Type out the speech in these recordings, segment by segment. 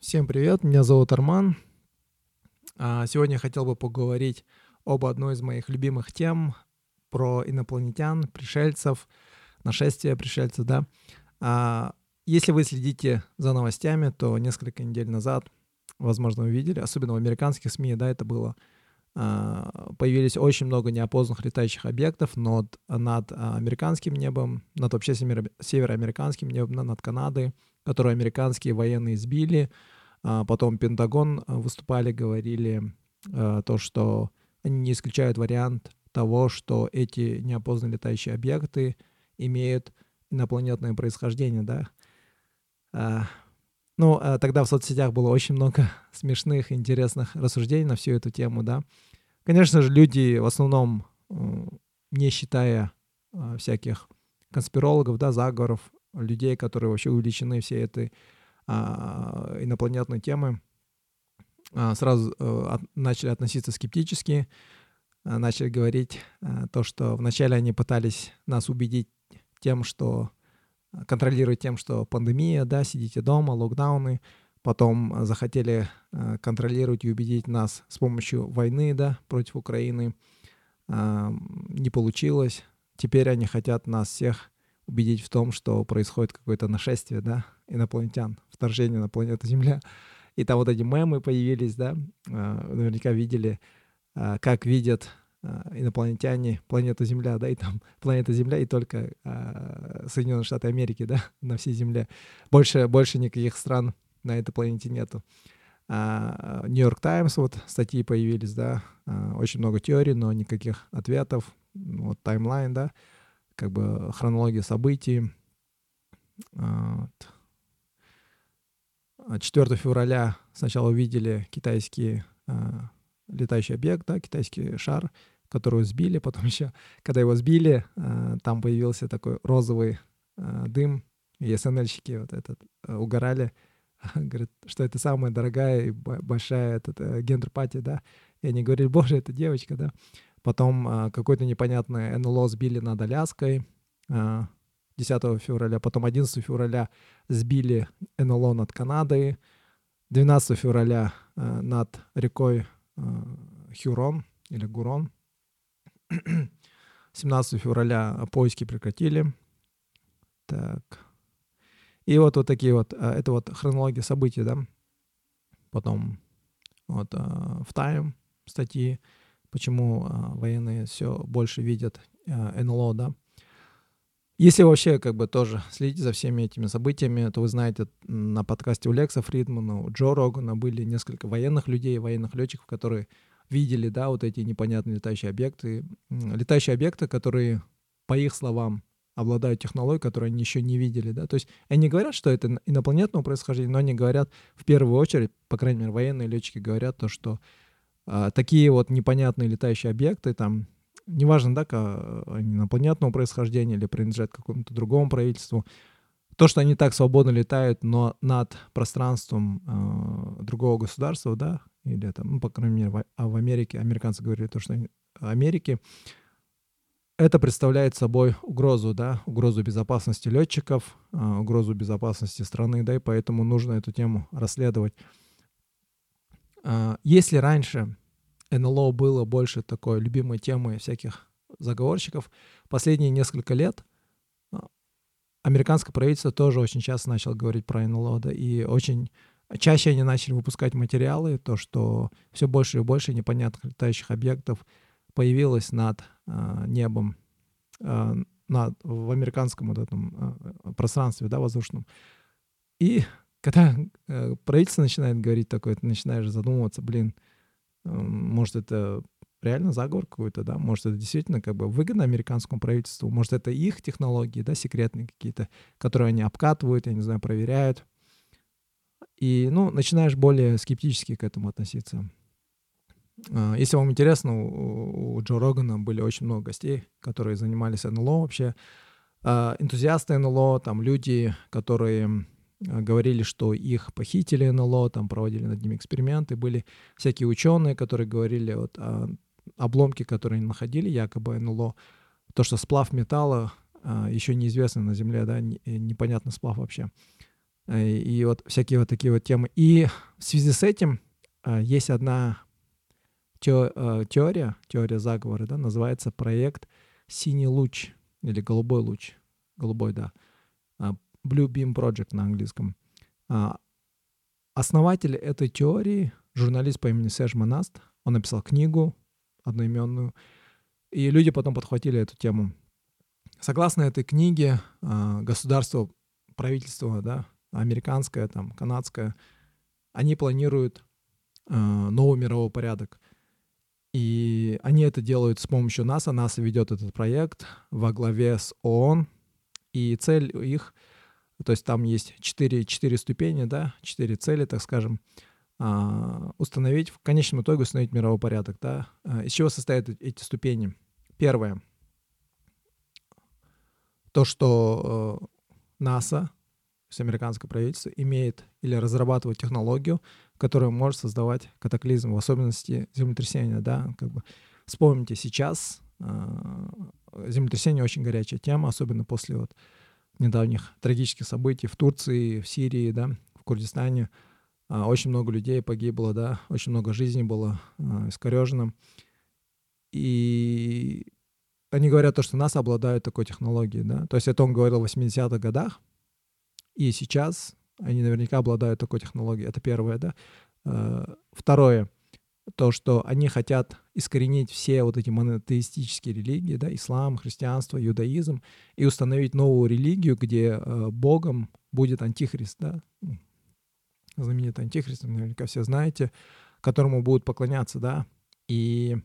Всем привет, меня зовут Арман. Сегодня я хотел бы поговорить об одной из моих любимых тем про инопланетян, пришельцев, нашествие пришельцев, да. А, Если вы следите за новостями, то несколько недель назад, возможно, вы видели, особенно в американских СМИ, да, это было, появились очень много неопознанных летающих объектов над американским небом, над вообще североамериканским небом, над Канадой, которые американские военные сбили. Потом Пентагон выступали, говорили то, что они не исключают вариант того, что эти неопознанные летающие объекты имеют инопланетное происхождение, да. А, Тогда в соцсетях было очень много смешных, интересных рассуждений на всю эту тему, да. Конечно же, люди в основном, не считая всяких конспирологов, да, заговоров, людей, которые вообще увлечены всей этой инопланетной темы, сразу начали относиться скептически, начали говорить то, что вначале они пытались нас убедить тем, что контролировать тем, что пандемия, да, сидите дома, локдауны, потом захотели контролировать и убедить нас с помощью войны, да, против Украины, не получилось. Теперь они хотят нас всех убедить в том, что происходит какое-то нашествие, да, инопланетян, вторжение на планету Земля. И там вот эти мемы появились, да, наверняка видели, как видят инопланетяне планету Земля, да, и там планета Земля и только Соединенные Штаты Америки, да, на всей Земле. Больше никаких стран на этой планете нету. Нью-Йорк Таймс, вот статьи появились, да, очень много теорий, но никаких ответов. Вот таймлайн, да, как бы хронология событий. 4 февраля сначала увидели китайский летающий объект, да, китайский шар, который сбили, потом еще, когда его сбили, там появился такой розовый дым, и СНЛ-щики вот этот угорали, говорят, что это самая дорогая и большая гендер-пати, да, и они говорили, боже, это девочка, да. Потом какой-то непонятный НЛО сбили над Аляской 10 февраля, потом 11 февраля сбили НЛО над Канадой, 12 февраля над рекой Хюрон или Гурон, 17 февраля поиски прекратили. Так. И вот такие вот, это вот хронология событий, да. Потом вот в Time статьи, почему военные все больше видят НЛО, да. Если вообще как бы тоже следите за всеми этими событиями, то вы знаете, на подкасте у Лекса Фридмана, у Джо Рогана были несколько военных людей, военных летчиков, которые видели, да, вот эти непонятные летающие объекты. Летающие объекты, которые, по их словам, обладают технологией, которую они еще не видели, да. То есть они говорят, что это инопланетного происхождения, но они говорят в первую очередь, по крайней мере, военные летчики говорят то, что такие вот непонятные летающие объекты, там, неважно, да, они инопланетного происхождения или принадлежат какому-то другому правительству, то, что они так свободно летают, но над пространством другого государства, да, или там, ну, по крайней мере, в Америке, американцы говорили то, что они Америки, это представляет собой угрозу, да, угрозу безопасности летчиков, угрозу безопасности страны, да, и поэтому нужно эту тему расследовать. Если раньше НЛО было больше такой любимой темой всяких заговорщиков, последние несколько лет американское правительство тоже очень часто начало говорить про НЛО, да, и очень чаще они начали выпускать материалы, то, что все больше и больше непонятных летающих объектов появилось над небом, в американском вот этом пространстве, да, воздушном. И когда правительство начинает говорить такое, ты начинаешь задумываться, может, это реально заговор какой-то, да, может, это действительно как бы выгодно американскому правительству, может, это их технологии, да, секретные какие-то, которые они обкатывают, я не знаю, проверяют. И, начинаешь более скептически к этому относиться. Если вам интересно, у Джо Рогана были очень много гостей, которые занимались НЛО вообще. Энтузиасты НЛО, там люди, которые говорили, что их похитили НЛО, там проводили над ними эксперименты, были всякие ученые, которые говорили вот о обломке, которые они находили, якобы НЛО, то, что сплав металла еще неизвестный на Земле, да, непонятный сплав вообще. И вот всякие вот такие вот темы. И в связи с этим есть одна теория заговора, да, называется проект «Синий луч» или «Голубой луч». Голубой, да. Blue Beam Project на английском. Основатель этой теории, журналист по имени Серж Монаст, он написал книгу одноименную, и люди потом подхватили эту тему. Согласно этой книге, государство, правительство, да, американское, там, канадское, они планируют новый мировой порядок. И они это делают с помощью НАСА. НАСА ведет этот проект во главе с ООН. И цель их, то есть там есть 4 ступени, да, 4 цели, так скажем, установить, в конечном итоге установить мировой порядок. Да. Из чего состоят эти ступени? Первое. То, что НАСА, то есть американское правительство, имеет или разрабатывает технологию, которая может создавать катаклизм, в особенности землетрясения. Да? Как бы вспомните сейчас, землетрясение очень горячая тема, особенно после вот недавних трагических событий в Турции, в Сирии, да, в Курдистане. Очень много людей погибло, да, очень много жизней было искорежено. И они говорят то, что НАСА обладает такой технологией, да. То есть это он говорил в 80-х годах, и сейчас они наверняка обладают такой технологией. Это первое, да. Второе, то, что они хотят искоренить все вот эти монотеистические религии, да, ислам, христианство, иудаизм, и установить новую религию, где Богом будет антихрист, да. Знаменитый антихрист, наверняка все знаете, которому будут поклоняться, да. И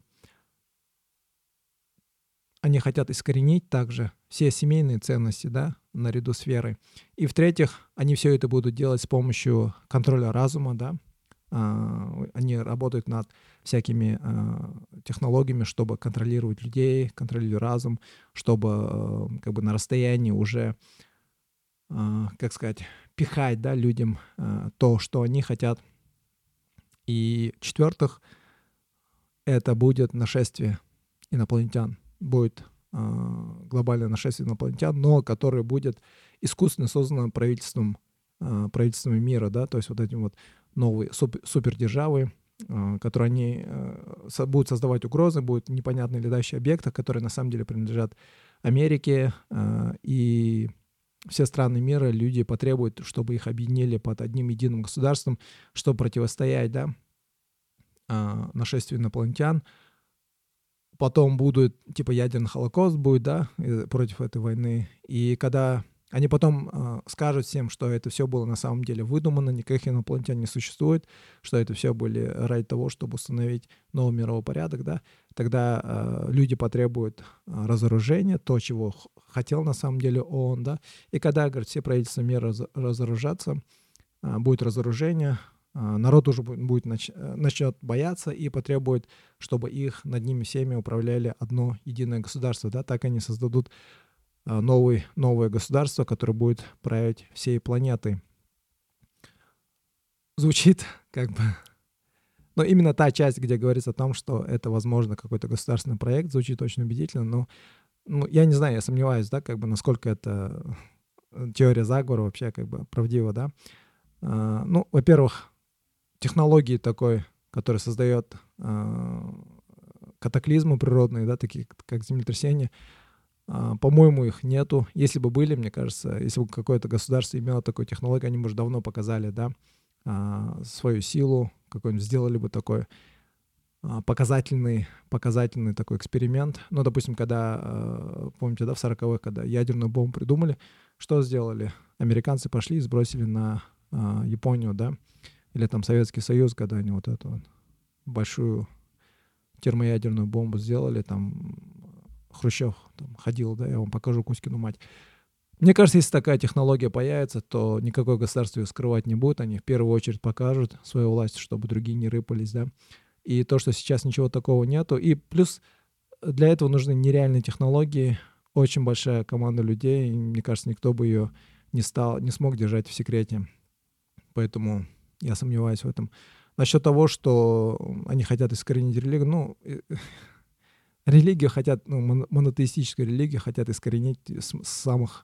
они хотят искоренить также все семейные ценности, да, наряду с верой. И в-третьих, они все это будут делать с помощью контроля разума, да. Они работают над всякими технологиями, чтобы контролировать людей, контролировать разум, чтобы как бы на расстоянии уже, как сказать, пихать, да, людям то, что они хотят. И в-четвертых, это будет нашествие инопланетян. Будет глобальное нашествие инопланетян, но которое будет искусственно создано правительствами мира, да, то есть вот этим вот новые супердержавы, которые они будут создавать угрозы, будут непонятные летающие объекты, которые на самом деле принадлежат Америке, и все страны мира, люди потребуют, чтобы их объединили под одним единым государством, чтобы противостоять, да, нашествию инопланетян. Потом будет, типа, ядерный холокост будет, да, против этой войны. И когда они потом скажут всем, что это все было на самом деле выдумано, никаких инопланетян не существует, что это все были ради того, чтобы установить новый мировой порядок, да, тогда люди потребуют разоружения, то, чего хотел на самом деле ООН, да. И когда, говорит, все правительства мира разоружатся, будет разоружение, народ уже начнет бояться и потребует, чтобы их над ними всеми управляли одно единое государство. Да? Так они создадут новое государство, которое будет править всей планетой. Звучит как бы... Но именно та часть, где говорится о том, что это, возможно, какой-то государственный проект, звучит очень убедительно, но я не знаю, я сомневаюсь, да, как бы, насколько это теория заговора вообще как бы правдива, да. Во-первых, технологии такой, который создает катаклизмы природные, да, такие как землетрясения, по-моему, их нету. Если бы были, мне кажется, если бы какое-то государство имело такую технологию, они бы уже давно показали, да, свою силу, какой-нибудь сделали бы такой показательный такой эксперимент. Ну, допустим, когда, помните, да, в 40-х, когда ядерную бомбу придумали, что сделали? Американцы пошли и сбросили на Японию, да, или там Советский Союз, когда они вот эту вот большую термоядерную бомбу сделали, там Хрущев там ходил, да, я вам покажу Кузькину мать. Мне кажется, если такая технология появится, то никакое государство ее скрывать не будет, они в первую очередь покажут свою власть, чтобы другие не рыпались, да. И то, что сейчас ничего такого нету, и плюс для этого нужны нереальные технологии, очень большая команда людей, и, мне кажется, никто бы ее не смог держать в секрете. Поэтому я сомневаюсь в этом. Насчет того, что они хотят искоренить религию, религию хотят, монотеистическую религию хотят искоренить с самых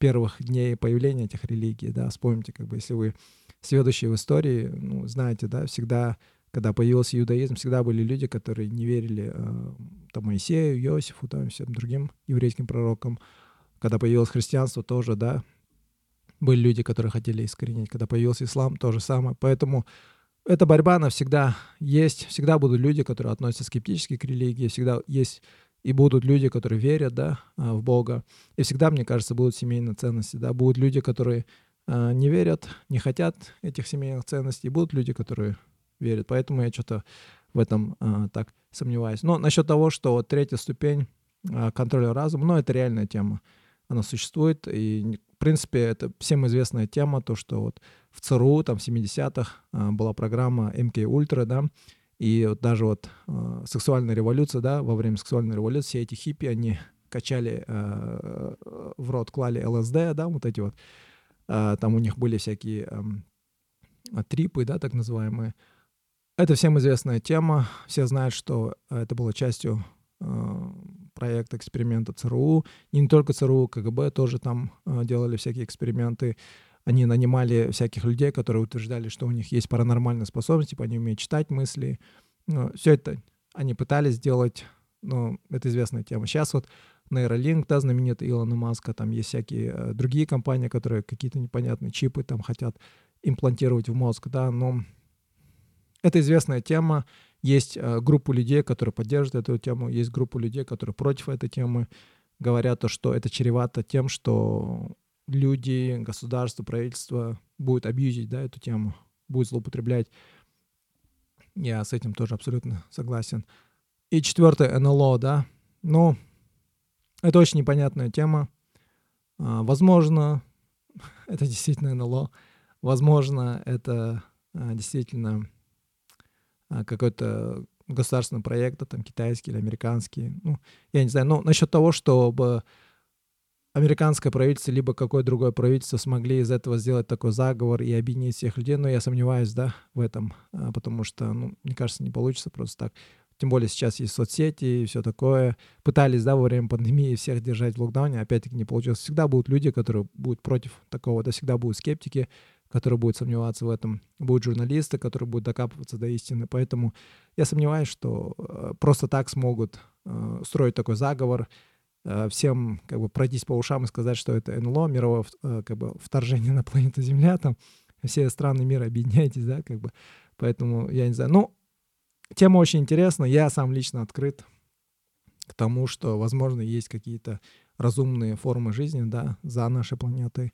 первых дней появления этих религий, да, вспомните, как бы, если вы сведущие в истории, ну, знаете, да, всегда, когда появился иудаизм, всегда были люди, которые не верили там Моисею, Иосифу, там, всем другим еврейским пророкам. Когда появилось христианство, тоже, да, были люди, которые хотели искоренить. Когда появился ислам, то же самое. Поэтому эта борьба, она всегда есть. Всегда будут люди, которые относятся скептически к религии. Всегда есть и будут люди, которые верят, да, в Бога. И всегда, мне кажется, будут семейные ценности, да. Будут люди, которые не верят, не хотят этих семейных ценностей. И будут люди, которые верят. Поэтому я что-то в этом так сомневаюсь. Но насчет того, что вот третья ступень контроля разума, ну, это реальная тема. Она существует, и, в принципе, это всем известная тема, то, что вот в ЦРУ, там, в 70-х была программа МК Ультра, да, и вот даже вот сексуальная революция, да, во время сексуальной революции все эти хиппи, они качали, в рот клали ЛСД, да, вот эти вот, там у них были всякие трипы, да, так называемые. Это всем известная тема, все знают, что это было частью проекта эксперимента ЦРУ. И не только ЦРУ, КГБ тоже там делали всякие эксперименты. Они нанимали всяких людей, которые утверждали, что у них есть паранормальные способности, типа они умеют читать мысли. Все это они пытались сделать, но это известная тема. Сейчас вот Neuralink, да, знаменитый Илона Маска, там есть всякие другие компании, которые какие-то непонятные чипы там хотят имплантировать в мозг, да, но это известная тема. Есть группа людей, которые поддерживают эту тему, есть группа людей, которые против этой темы, говорят то, что это чревато тем, что люди, государство, правительство будут абьюзить, да, эту тему, будут злоупотреблять. Я с этим тоже абсолютно согласен. И четвертое, НЛО, да. Ну, это очень непонятная тема. Возможно, это действительно НЛО. Возможно, это действительно какой-то государственный проект, там, китайский или американский. Ну, я не знаю. Но насчет того, чтобы американское правительство либо какое-то другое правительство смогли из этого сделать такой заговор и объединить всех людей, но я сомневаюсь, да, в этом, потому что, ну, мне кажется, не получится просто так. Тем более сейчас есть соцсети и все такое. Пытались, да, во время пандемии всех держать в локдауне, опять-таки не получилось. Всегда будут люди, которые будут против такого, да, всегда будут скептики, которые будут сомневаться в этом. Будут журналисты, которые будут докапываться до истины. Поэтому я сомневаюсь, что просто так смогут строить такой заговор, всем как бы пройтись по ушам и сказать, что это НЛО, мировое как бы вторжение на планету Земля, там все страны мира объединяйтесь, да, как бы. Поэтому я не знаю. Ну, тема очень интересна. Я сам лично открыт к тому, что, возможно, есть какие-то разумные формы жизни, да, за нашей планетой.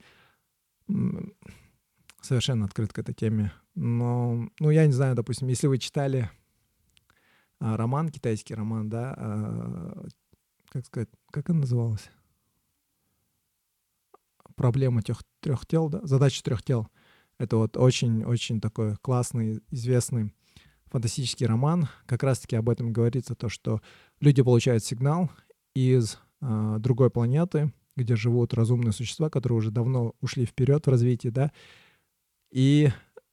Совершенно открыт к этой теме. Но, ну, я не знаю, допустим, если вы читали роман, китайский роман, да, как сказать, как он назывался? Проблема трех тел, да? Задача трех тел. Это вот очень-очень такой классный, известный фантастический роман. Как раз-таки об этом говорится, то, что люди получают сигнал из другой планеты, где живут разумные существа, которые уже давно ушли вперед в развитии, да, и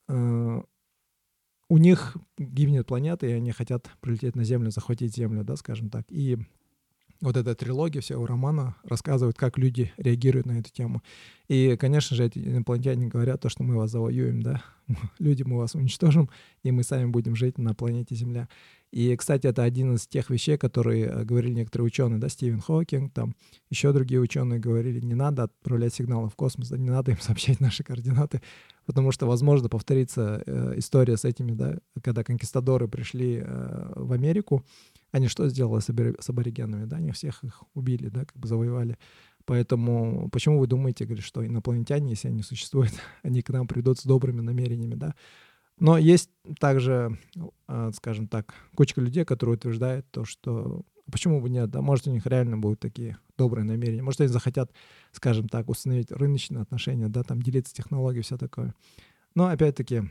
у них гибнет планета, и они хотят прилететь на Землю, захватить Землю, да, скажем так. И вот эта трилогия всего романа рассказывает, как люди реагируют на эту тему. И, конечно же, эти инопланетяне говорят то, что мы вас завоюем, да, люди, мы вас уничтожим, и мы сами будем жить на планете Земля. И, кстати, это один из тех вещей, которые говорили некоторые ученые, да, Стивен Хокинг, там еще другие ученые говорили, не надо отправлять сигналы в космос, да, не надо им сообщать наши координаты, потому что, возможно, повторится история с этими, да, когда конкистадоры пришли в Америку, они что сделали с аборигенами, да, они всех их убили, да, как бы завоевали. Поэтому почему вы думаете, говорит, что инопланетяне, если они существуют, они к нам придут с добрыми намерениями, да? Но есть также, скажем так, кучка людей, которые утверждают то, что почему бы нет, да, может, у них реально будут такие добрые намерения, может, они захотят, скажем так, установить рыночные отношения, да, там, делиться технологией, все такое. Но, опять-таки,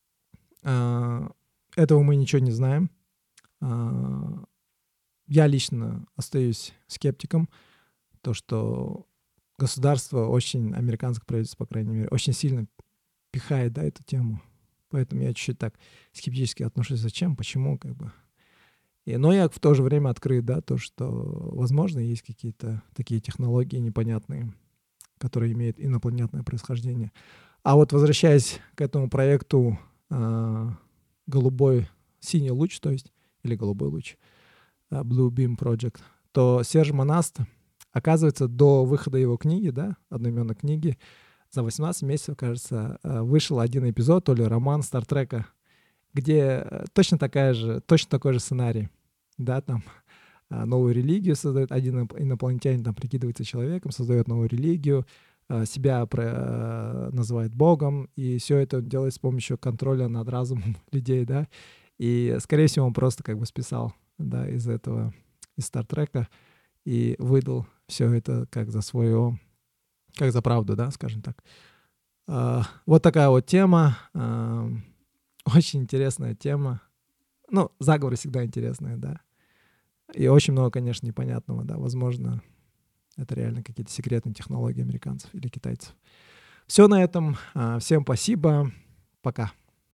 этого мы ничего не знаем. Я лично остаюсь скептиком, то, что государство очень, американское правительство, по крайней мере, очень сильно пихает, да, эту тему. Поэтому я чуть-чуть так скептически отношусь. Зачем? Почему? Как бы. Но я в то же время открыт, да, то, что, возможно, есть какие-то такие технологии непонятные, который имеет инопланетное происхождение. А вот возвращаясь к этому проекту синий луч, то есть, или голубой луч, Blue Beam Project, то Серж Монаст, оказывается, до выхода его книги, да, одноименной книги, за 18 месяцев, кажется, вышел один эпизод, то ли роман Стартрека, где точно такой же сценарий, да, там новую религию создает, один инопланетянин там прикидывается человеком, создает новую религию, себя называет Богом, и все это делает с помощью контроля над разумом людей, да, и, скорее всего, он просто как бы списал, да, из Стартрека и выдал все это как за правду, да, скажем так. Вот такая вот тема, очень интересная тема. Ну, заговоры всегда интересные, да. И очень много, конечно, непонятного, да. Возможно, это реально какие-то секретные технологии американцев или китайцев. Все на этом. Всем спасибо. Пока.